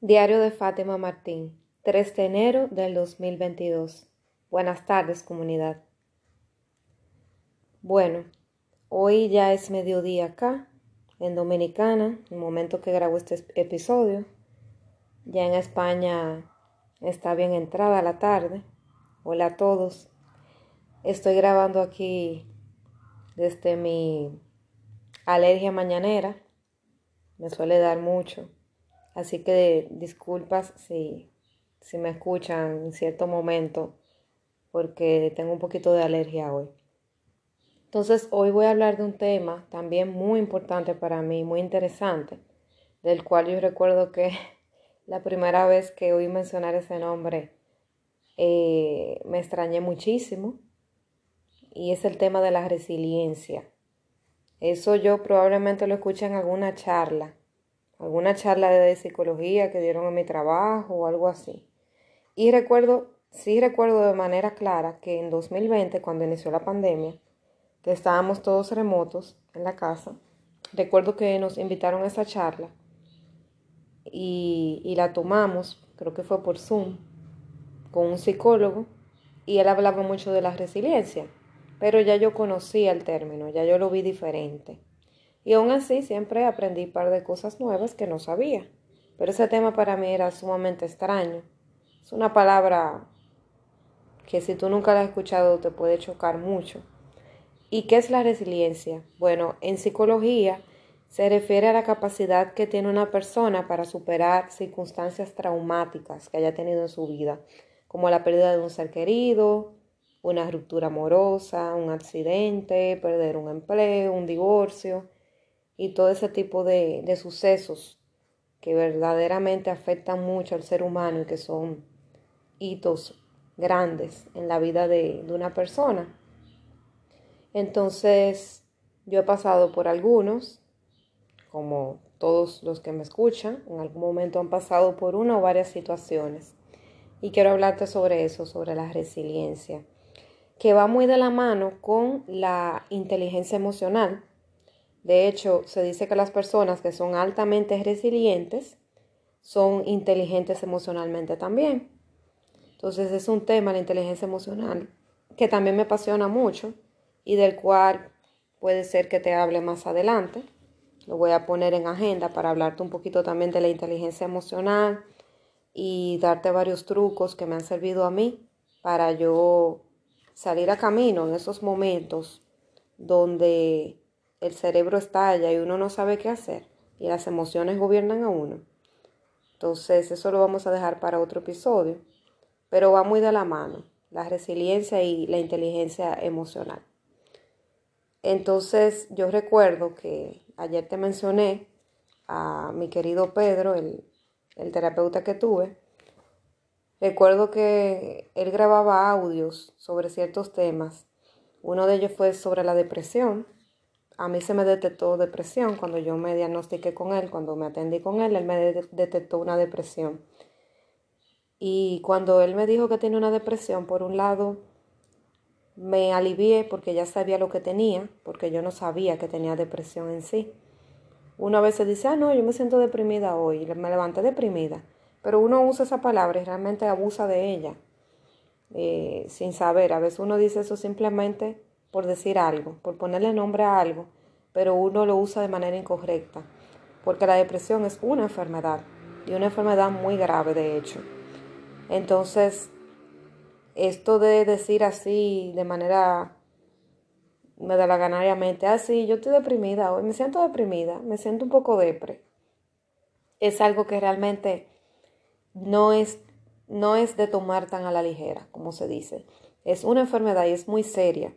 Diario de Fátima Martín, 3 de enero del 2022. Buenas tardes, comunidad. Bueno, hoy ya es mediodía acá, en Dominicana, el momento que grabo este episodio. Ya en España está bien entrada la tarde. Hola a todos. Estoy grabando aquí desde mi alergia mañanera. Me suele dar mucho. Así que disculpas si me escuchan en cierto momento porque tengo un poquito de alergia hoy. Entonces hoy voy a hablar de un tema también muy importante para mí, muy interesante, del cual yo recuerdo que la primera vez que oí mencionar ese nombre me extrañé muchísimo, y es el tema de la resiliencia. Eso yo probablemente lo escuché en alguna charla de psicología que dieron en mi trabajo o algo así. Y sí recuerdo de manera clara que en 2020, cuando inició la pandemia, que estábamos todos remotos en la casa, recuerdo que nos invitaron a esa charla y la tomamos, creo que fue por Zoom, con un psicólogo, y él hablaba mucho de la resiliencia, pero ya yo conocía el término, ya yo lo vi diferente. Y aún así siempre aprendí un par de cosas nuevas que no sabía. Pero ese tema para mí era sumamente extraño. Es una palabra que si tú nunca la has escuchado te puede chocar mucho. ¿Y qué es la resiliencia? Bueno, en psicología se refiere a la capacidad que tiene una persona para superar circunstancias traumáticas que haya tenido en su vida, como la pérdida de un ser querido, una ruptura amorosa, un accidente, perder un empleo, un divorcio y todo ese tipo de sucesos que verdaderamente afectan mucho al ser humano y que son hitos grandes en la vida de una persona. Entonces, yo he pasado por algunos, como todos los que me escuchan, en algún momento han pasado por una o varias situaciones. Y quiero hablarte sobre eso, sobre la resiliencia, que va muy de la mano con la inteligencia emocional. De hecho, se dice que las personas que son altamente resilientes son inteligentes emocionalmente también. Entonces es un tema, la inteligencia emocional, que también me apasiona mucho y del cual puede ser que te hable más adelante. Lo voy a poner en agenda para hablarte un poquito también de la inteligencia emocional y darte varios trucos que me han servido a mí para yo salir a camino en esos momentos donde el cerebro estalla y uno no sabe qué hacer y las emociones gobiernan a uno. Entonces eso lo vamos a dejar para otro episodio, pero va muy de la mano, la resiliencia y la inteligencia emocional. Entonces yo recuerdo que ayer te mencioné a mi querido Pedro, el terapeuta que tuve. Recuerdo que él grababa audios sobre ciertos temas. Uno de ellos fue sobre la depresión. A mí se me detectó depresión cuando yo me diagnostiqué con él, cuando me atendí con él me detectó una depresión. Y cuando él me dijo que tenía una depresión, por un lado me alivié porque ya sabía lo que tenía, porque yo no sabía que tenía depresión en sí. Uno a veces dice, no, yo me siento deprimida hoy, me levanté deprimida. Pero uno usa esa palabra y realmente abusa de ella, sin saber. A veces uno dice eso simplemente por decir algo, por ponerle nombre a algo, pero uno lo usa de manera incorrecta, porque la depresión es una enfermedad, y una enfermedad muy grave de hecho. Entonces, esto de decir así de manera medalaganariamente, sí, yo estoy deprimida hoy, me siento deprimida, me siento un poco depre, es algo que realmente no es, no es de tomar tan a la ligera, como se dice. Es una enfermedad y es muy seria.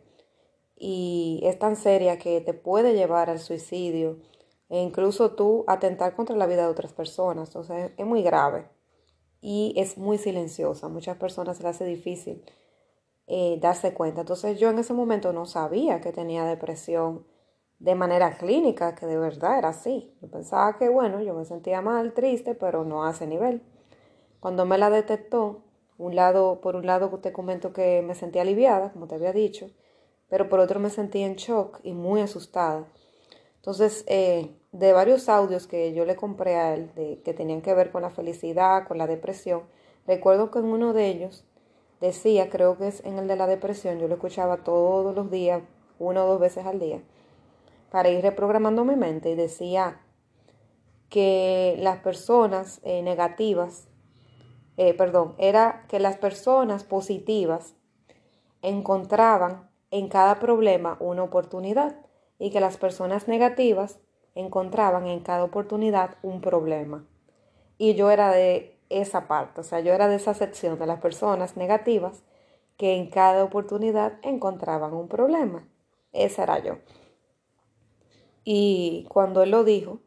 Y es tan seria que te puede llevar al suicidio e incluso tú atentar contra la vida de otras personas. O sea, es muy grave y es muy silenciosa. A muchas personas se les hace difícil darse cuenta. Entonces yo en ese momento no sabía que tenía depresión de manera clínica, que de verdad era así. Yo pensaba que, bueno, yo me sentía mal, triste, pero no a ese nivel. Cuando me la detectó, por un lado te comento que me sentí aliviada, como te había dicho, pero por otro me sentí en shock y muy asustada. Entonces de varios audios que yo le compré a él, que tenían que ver con la felicidad, con la depresión, recuerdo que en uno de ellos decía, creo que es en el de la depresión, yo lo escuchaba todos los días, 1 o 2 veces al día, para ir reprogramando mi mente, y decía que las personas negativas, era que las personas positivas encontraban en cada problema una oportunidad y que las personas negativas encontraban en cada oportunidad un problema. Y yo era de esa parte, o sea, yo era de esa sección de las personas negativas que en cada oportunidad encontraban un problema. Esa era yo. Y cuando él lo dijo,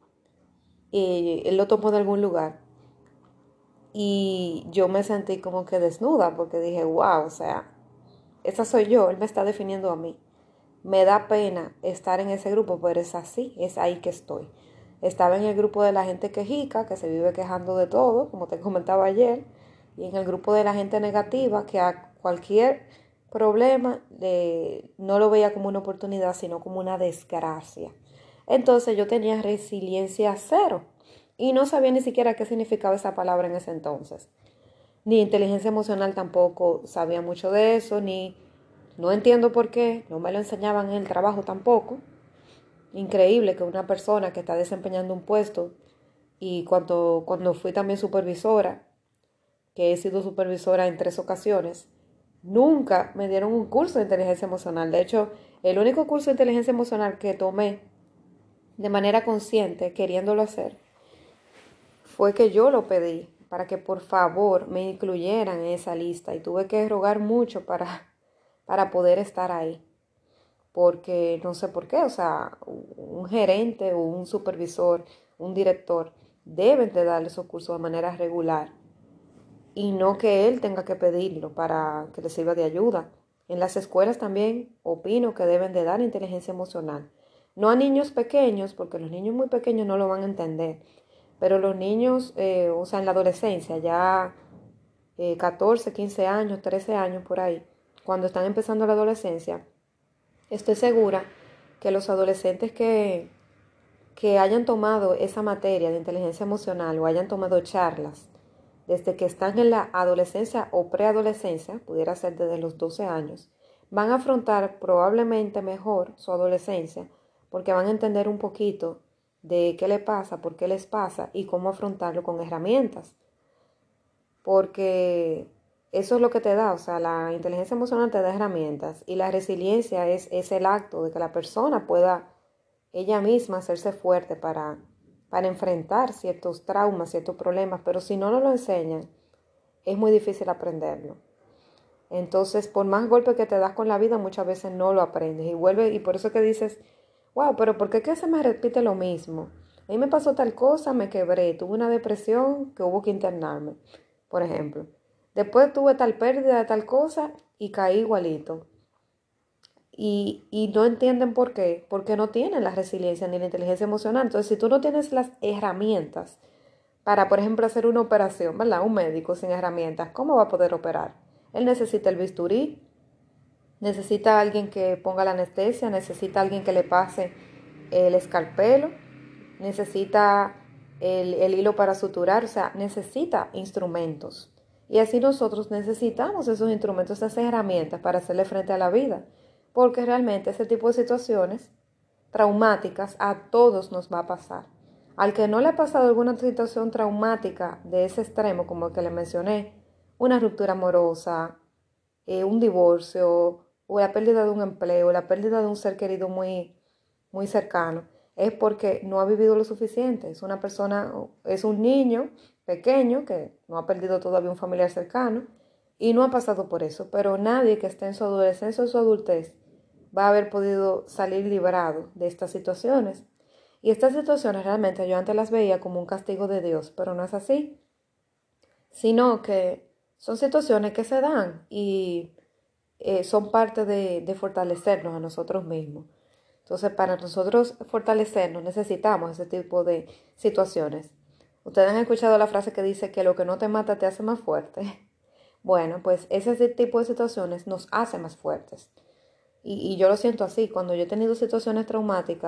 y él lo tomó de algún lugar, y yo me sentí como que desnuda porque dije, wow, o sea, esa soy yo, él me está definiendo a mí. Me da pena estar en ese grupo, pero es así, es ahí que estoy. Estaba en el grupo de la gente quejica, que se vive quejando de todo, como te comentaba ayer, y en el grupo de la gente negativa, que a cualquier problema no lo veía como una oportunidad, sino como una desgracia. Entonces yo tenía resiliencia cero y no sabía ni siquiera qué significaba esa palabra en ese entonces. Ni inteligencia emocional tampoco sabía mucho de eso, ni no entiendo por qué, no me lo enseñaban en el trabajo tampoco. Increíble que una persona que está desempeñando un puesto, y cuando fui también supervisora, que he sido supervisora en 3 ocasiones, nunca me dieron un curso de inteligencia emocional. De hecho, el único curso de inteligencia emocional que tomé de manera consciente, queriéndolo hacer, fue que yo lo pedí para que por favor me incluyeran en esa lista, y tuve que rogar mucho para poder estar ahí, porque no sé por qué, o sea, un gerente o un supervisor, un director, deben de darle esos cursos de manera regular y no que él tenga que pedirlo para que le sirva de ayuda. En las escuelas también opino que deben de dar inteligencia emocional. No a niños pequeños, porque los niños muy pequeños no lo van a entender, pero los niños, o sea, en la adolescencia, ya 14, 15 años, 13 años por ahí, cuando están empezando la adolescencia, estoy segura que los adolescentes que hayan tomado esa materia de inteligencia emocional o hayan tomado charlas desde que están en la adolescencia o preadolescencia, pudiera ser desde los 12 años, van a afrontar probablemente mejor su adolescencia porque van a entender un poquito de qué le pasa, por qué les pasa y cómo afrontarlo con herramientas. Porque eso es lo que te da, o sea, la inteligencia emocional te da herramientas, y la resiliencia es el acto de que la persona pueda ella misma hacerse fuerte para enfrentar ciertos traumas, ciertos problemas, pero si no nos lo enseñan, es muy difícil aprenderlo. Entonces, por más golpes que te das con la vida, muchas veces no lo aprendes y vuelve, y por eso que dices, wow, pero ¿por qué que se me repite lo mismo? A mí me pasó tal cosa, me quebré, tuve una depresión que hubo que internarme, por ejemplo. Después tuve tal pérdida de tal cosa y caí igualito. Y no entienden por qué, porque no tienen la resiliencia ni la inteligencia emocional. Entonces, si tú no tienes las herramientas para, por ejemplo, hacer una operación, ¿verdad? Un médico sin herramientas, ¿cómo va a poder operar? Él necesita el bisturí, necesita alguien que ponga la anestesia, necesita alguien que le pase el escalpelo, necesita el hilo para suturar, o sea, necesita instrumentos. Y así nosotros necesitamos esos instrumentos, esas herramientas para hacerle frente a la vida, porque realmente ese tipo de situaciones traumáticas a todos nos va a pasar. Al que no le ha pasado alguna situación traumática de ese extremo, como el que le mencioné, una ruptura amorosa, un divorcio, o la pérdida de un empleo, la pérdida de un ser querido muy, muy cercano, es porque no ha vivido lo suficiente. Es una persona, es un niño pequeño que no ha perdido todavía un familiar cercano y no ha pasado por eso. Pero nadie que esté en su adolescencia o su adultez va a haber podido salir librado de estas situaciones. Y estas situaciones realmente yo antes las veía como un castigo de Dios, pero no es así, sino que son situaciones que se dan y son parte de fortalecernos a nosotros mismos. Entonces, para nosotros fortalecernos necesitamos ese tipo de situaciones. Ustedes han escuchado la frase que dice que lo que no te mata te hace más fuerte. Bueno, pues ese tipo de situaciones nos hace más fuertes. Y yo lo siento así. Cuando yo he tenido situaciones traumáticas,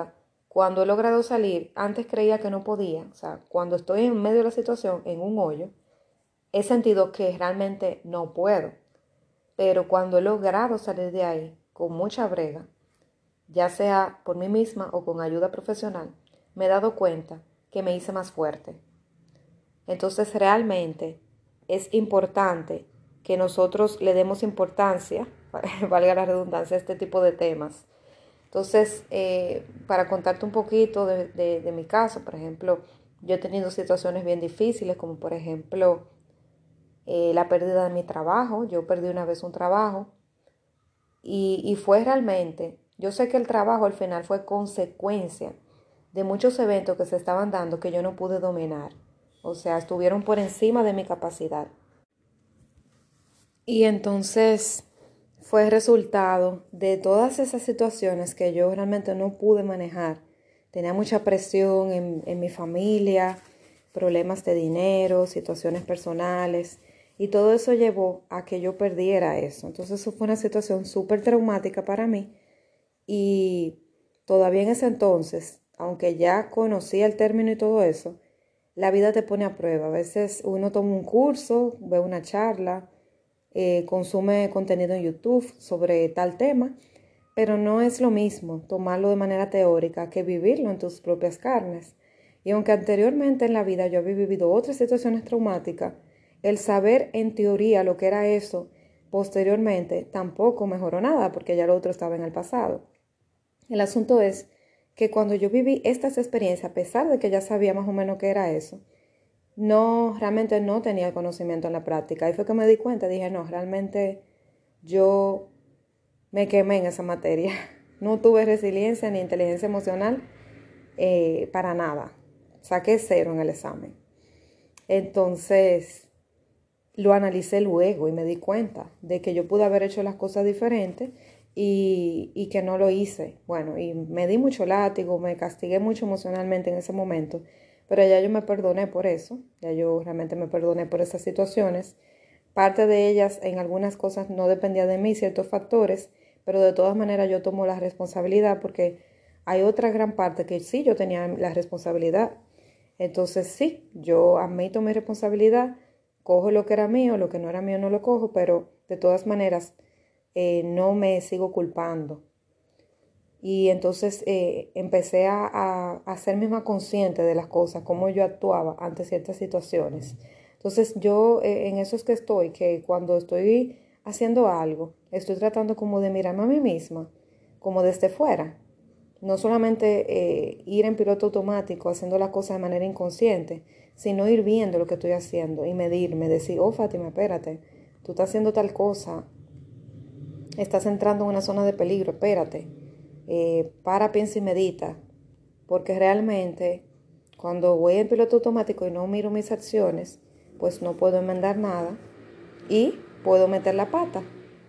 cuando he logrado salir, antes creía que no podía, o sea, cuando estoy en medio de la situación, en un hoyo, he sentido que realmente no puedo. Pero cuando he logrado salir de ahí con mucha brega, ya sea por mí misma o con ayuda profesional, me he dado cuenta que me hice más fuerte. Entonces realmente es importante que nosotros le demos importancia, valga la redundancia, a este tipo de temas. Entonces, para contarte un poquito de mi caso, por ejemplo, yo he tenido situaciones bien difíciles, como por ejemplo la pérdida de mi trabajo. Yo perdí una vez un trabajo y fue realmente, yo sé que el trabajo al final fue consecuencia de muchos eventos que se estaban dando que yo no pude dominar. O sea, estuvieron por encima de mi capacidad. Y entonces fue resultado de todas esas situaciones que yo realmente no pude manejar. Tenía mucha presión en mi familia, problemas de dinero, situaciones personales, y todo eso llevó a que yo perdiera eso. Entonces eso fue una situación súper traumática para mí y todavía en ese entonces, aunque ya conocía el término y todo eso, la vida te pone a prueba. A veces uno toma un curso, ve una charla, consume contenido en YouTube sobre tal tema, pero no es lo mismo tomarlo de manera teórica que vivirlo en tus propias carnes. Y aunque anteriormente en la vida yo había vivido otras situaciones traumáticas, el saber en teoría lo que era eso posteriormente tampoco mejoró nada porque ya lo otro estaba en el pasado. El asunto es que cuando yo viví estas experiencias, a pesar de que ya sabía más o menos qué era eso, no, realmente no tenía el conocimiento en la práctica. Ahí fue que me di cuenta, dije, no, realmente yo me quemé en esa materia. No tuve resiliencia ni inteligencia emocional para nada. Saqué 0 en el examen. Entonces, lo analicé luego y me di cuenta de que yo pude haber hecho las cosas diferentes y que no lo hice. Bueno, y me di mucho látigo, me castigué mucho emocionalmente en ese momento, pero ya yo me perdoné por eso, ya yo realmente me perdoné por esas situaciones. Parte de ellas, en algunas cosas no dependía de mí, ciertos factores, pero de todas maneras yo tomo la responsabilidad porque hay otra gran parte que sí yo tenía la responsabilidad. Entonces sí, yo admito mi responsabilidad, cojo lo que era mío, lo que no era mío no lo cojo, pero de todas maneras no me sigo culpando. Y entonces empecé a ser más consciente de las cosas, cómo yo actuaba ante ciertas situaciones. Entonces yo en eso es que estoy, que cuando estoy haciendo algo, estoy tratando como de mirarme a mí misma, como desde fuera. No solamente ir en piloto automático haciendo las cosas de manera inconsciente, sino ir viendo lo que estoy haciendo y medirme, decir, oh Fátima, espérate, tú estás haciendo tal cosa, estás entrando en una zona de peligro, espérate, para, piensa y medita, porque realmente cuando voy en piloto automático y no miro mis acciones, pues no puedo enmendar nada y puedo meter la pata.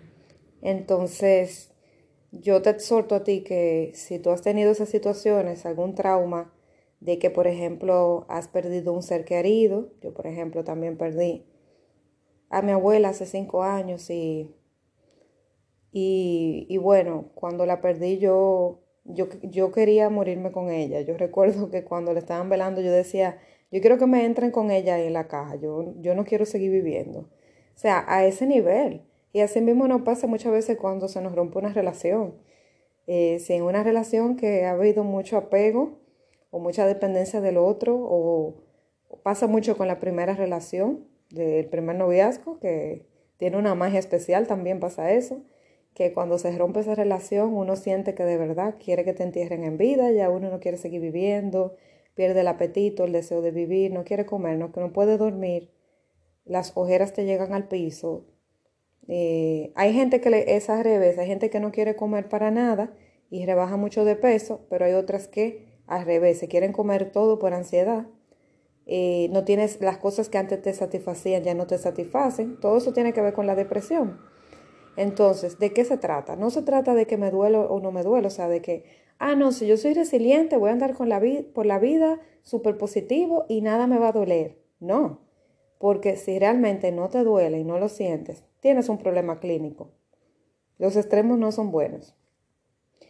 Entonces, yo te exhorto a ti que si tú has tenido esas situaciones, algún trauma de que, por ejemplo, has perdido un ser querido, yo, por ejemplo, también perdí a mi abuela hace 5 años y bueno, cuando la perdí yo quería morirme con ella. Yo recuerdo que cuando la estaban velando yo decía, yo quiero que me entren con ella en la caja, yo no quiero seguir viviendo. O sea, a ese nivel. Y así mismo nos pasa muchas veces cuando se nos rompe una relación. Si en una relación que ha habido mucho apego o mucha dependencia del otro, o pasa mucho con la primera relación, del primer noviazgo, que tiene una magia especial, también pasa eso, que cuando se rompe esa relación uno siente que de verdad quiere que te entierren en vida, ya uno no quiere seguir viviendo, pierde el apetito, el deseo de vivir, no quiere comer, no, que no puede dormir, las ojeras te llegan al piso. Hay gente que es al revés, hay gente que no quiere comer para nada y rebaja mucho de peso, pero hay otras que al revés, se quieren comer todo por ansiedad. No tienes las cosas que antes te satisfacían, ya no te satisfacen. Todo eso tiene que ver con la depresión. Entonces, ¿de qué se trata? No se trata de que me duelo o no me duelo, o sea, de que, no, si yo soy resiliente, voy a andar por la vida súper positivo y nada me va a doler. No, porque si realmente no te duele y no lo sientes, tienes un problema clínico. Los extremos no son buenos.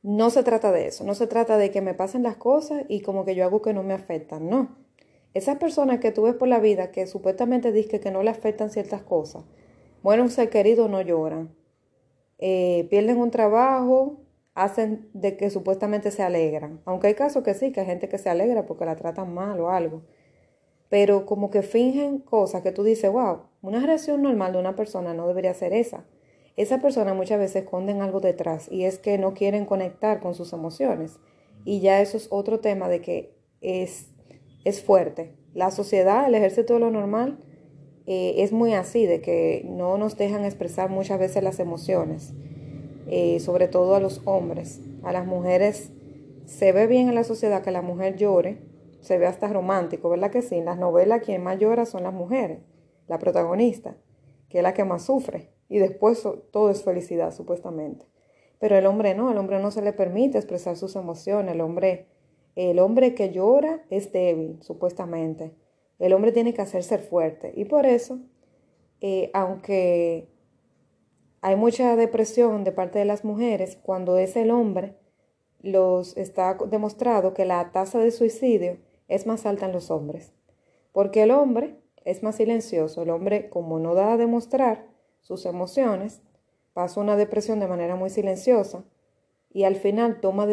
no se trata de eso, no se trata de que me pasen las cosas y como que yo hago que no me afectan, no. Esas personas que tú ves por la vida que supuestamente dicen que no le afectan ciertas cosas, mueren un ser querido, no lloran, pierden un trabajo, hacen de que supuestamente se alegran, aunque hay casos que sí, que hay gente que se alegra porque la tratan mal o algo, pero como que fingen cosas que tú dices, wow, una reacción normal de una persona no debería ser esa. Esa persona muchas veces esconden algo detrás y es que no quieren conectar con sus emociones. Y ya eso es otro tema de que es fuerte. La sociedad, el ejército de lo normal, es muy así, de que no nos dejan expresar muchas veces las emociones, sobre todo a los hombres. A las mujeres se ve bien en la sociedad que la mujer llore, se ve hasta romántico, ¿verdad que sí? En las novelas quien más llora son las mujeres, la protagonista, que es la que más sufre, y después todo es felicidad, supuestamente. Pero el hombre no se le permite expresar sus emociones, el hombre que llora es débil, supuestamente. El hombre tiene que hacerse fuerte, y por eso, aunque hay mucha depresión de parte de las mujeres, cuando es el hombre, está demostrado que la tasa de suicidio es más alta en los hombres. Porque el hombre es más silencioso. El hombre, como no da a demostrar sus emociones, pasa una depresión de manera muy silenciosa y al final toma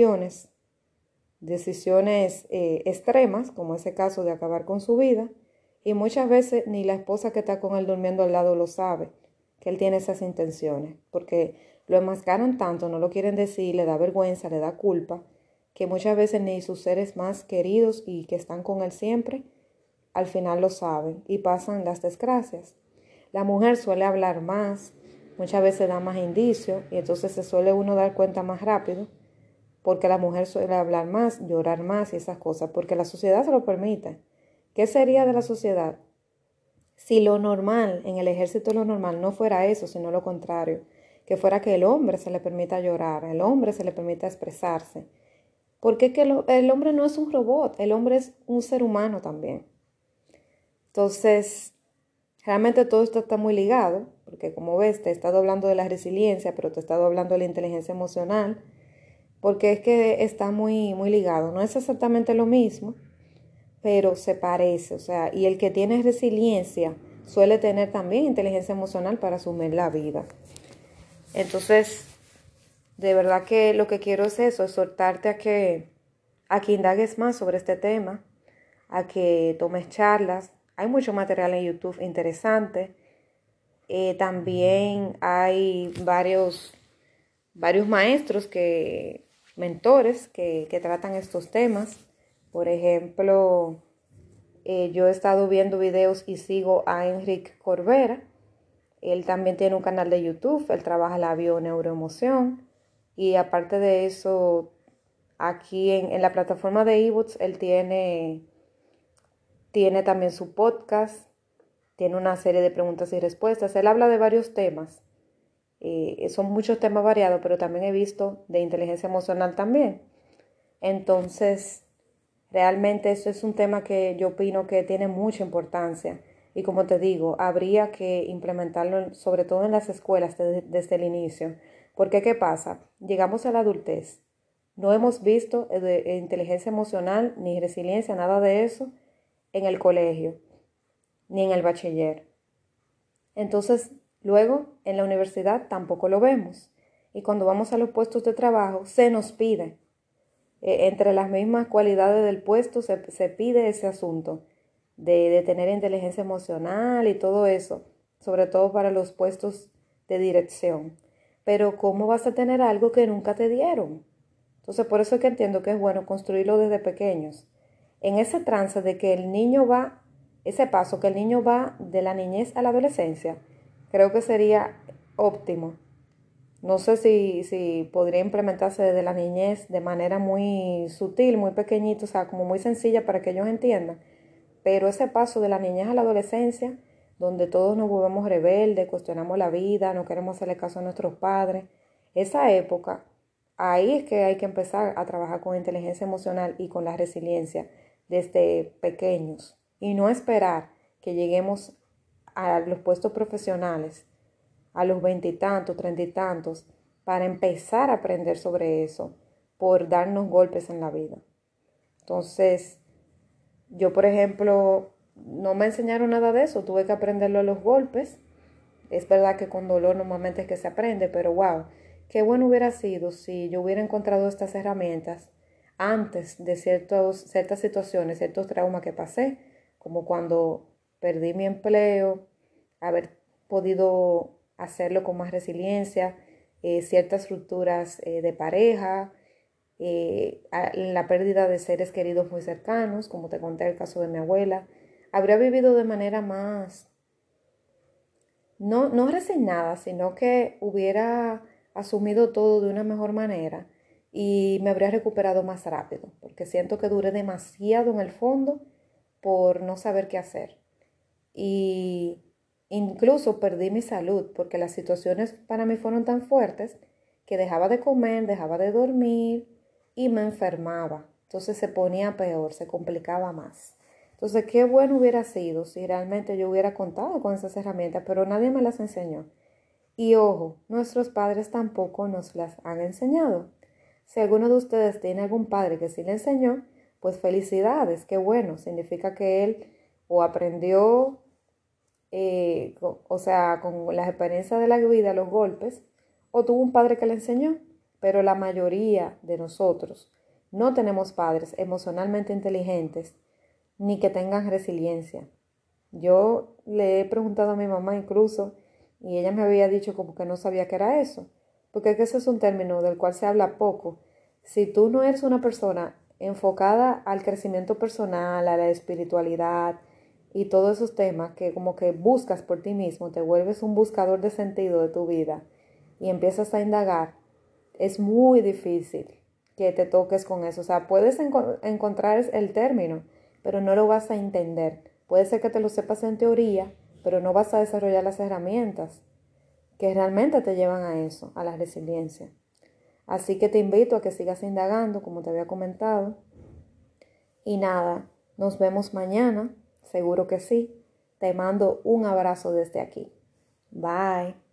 decisiones extremas, como ese caso de acabar con su vida, y muchas veces ni la esposa que está con él durmiendo al lado lo sabe, que él tiene esas intenciones, porque lo enmascaran tanto, no lo quieren decir, le da vergüenza, le da culpa, que muchas veces ni sus seres más queridos y que están con él siempre, al final lo saben y pasan las desgracias. La mujer suele hablar más, muchas veces da más indicios y entonces se suele uno dar cuenta más rápido porque la mujer suele hablar más, llorar más y esas cosas, porque la sociedad se lo permite. ¿Qué sería de la sociedad si lo normal, en el ejército lo normal no fuera eso, sino lo contrario? Que fuera que el hombre se le permita llorar, el hombre se le permita expresarse. Porque es que el hombre no es un robot, el hombre es un ser humano también. Entonces, realmente todo esto está muy ligado, porque como ves, te he estado hablando de la resiliencia, pero te he estado hablando de la inteligencia emocional, porque es que está muy, muy ligado. No es exactamente lo mismo, pero se parece. O sea, y el que tiene resiliencia suele tener también inteligencia emocional para asumir la vida. Entonces, de verdad que lo que quiero es eso, exhortarte a que indagues más sobre este tema, a que tomes charlas. Hay mucho material en YouTube interesante. También hay varios maestros mentores que tratan estos temas. Por ejemplo, yo he estado viendo videos y sigo a Enrique Corbera. Él también tiene un canal de YouTube, él trabaja la bioneuroemoción. Y aparte de eso, aquí en la plataforma de eBooks, él tiene también su podcast, tiene una serie de preguntas y respuestas. Él habla de varios temas. Son muchos temas variados, pero también he visto de inteligencia emocional también. Entonces, realmente eso es un tema que yo opino que tiene mucha importancia. Y como te digo, habría que implementarlo sobre todo en las escuelas desde el inicio. Porque ¿qué pasa? Llegamos a la adultez. No hemos visto inteligencia emocional ni resiliencia, nada de eso en el colegio, ni en el bachiller. Entonces, luego en la universidad tampoco lo vemos. Y cuando vamos a los puestos de trabajo, se nos pide. Entre las mismas cualidades del puesto se pide ese asunto de tener inteligencia emocional y todo eso, sobre todo para los puestos de dirección. Pero ¿cómo vas a tener algo que nunca te dieron? Entonces, por eso es que entiendo que es bueno construirlo desde pequeños. En ese trance de que el niño va, ese paso que el niño va de la niñez a la adolescencia, creo que sería óptimo. No sé si podría implementarse desde la niñez de manera muy sutil, muy pequeñita, o sea, como muy sencilla para que ellos entiendan. Pero ese paso de la niñez a la adolescencia, donde todos nos volvemos rebeldes, cuestionamos la vida, no queremos hacerle caso a nuestros padres, esa época, ahí es que hay que empezar a trabajar con inteligencia emocional y con la resiliencia desde pequeños y no esperar que lleguemos a los puestos profesionales a los veintitantos, treinta y tantos, para empezar a aprender sobre eso, por darnos golpes en la vida. Entonces, yo, por ejemplo, no me enseñaron nada de eso, tuve que aprenderlo a los golpes. Es verdad que con dolor normalmente es que se aprende, pero wow, qué bueno hubiera sido si yo hubiera encontrado estas herramientas antes de ciertas situaciones, ciertos traumas que pasé, como cuando perdí mi empleo, haber podido hacerlo con más resiliencia, ciertas rupturas de pareja, la pérdida de seres queridos muy cercanos, como te conté el caso de mi abuela. Habría vivido de manera más, no resignada, sino que hubiera asumido todo de una mejor manera y me habría recuperado más rápido, porque siento que duré demasiado en el fondo por no saber qué hacer. Y incluso perdí mi salud, porque las situaciones para mí fueron tan fuertes que dejaba de comer, dejaba de dormir y me enfermaba. Entonces se ponía peor, se complicaba más. Entonces, qué bueno hubiera sido si realmente yo hubiera contado con esas herramientas, pero nadie me las enseñó. Y ojo, nuestros padres tampoco nos las han enseñado. Si alguno de ustedes tiene algún padre que sí le enseñó, pues felicidades, qué bueno. Significa que él o aprendió, o sea, con las experiencias de la vida, los golpes, o tuvo un padre que le enseñó. Pero la mayoría de nosotros no tenemos padres emocionalmente inteligentes ni que tengan resiliencia. Yo le he preguntado a mi mamá incluso y ella me había dicho como que no sabía qué era eso, porque es que ese es un término del cual se habla poco. Si tú no eres una persona enfocada al crecimiento personal, a la espiritualidad y todos esos temas que como que buscas por ti mismo, te vuelves un buscador de sentido de tu vida y empiezas a indagar, es muy difícil que te toques con eso. O sea, puedes encontrar el término, pero no lo vas a entender. Puede ser que te lo sepas en teoría, pero no vas a desarrollar las herramientas que realmente te llevan a eso, a la resiliencia. Así que te invito a que sigas indagando, como te había comentado. Y nada, nos vemos mañana, seguro que sí. Te mando un abrazo desde aquí. Bye.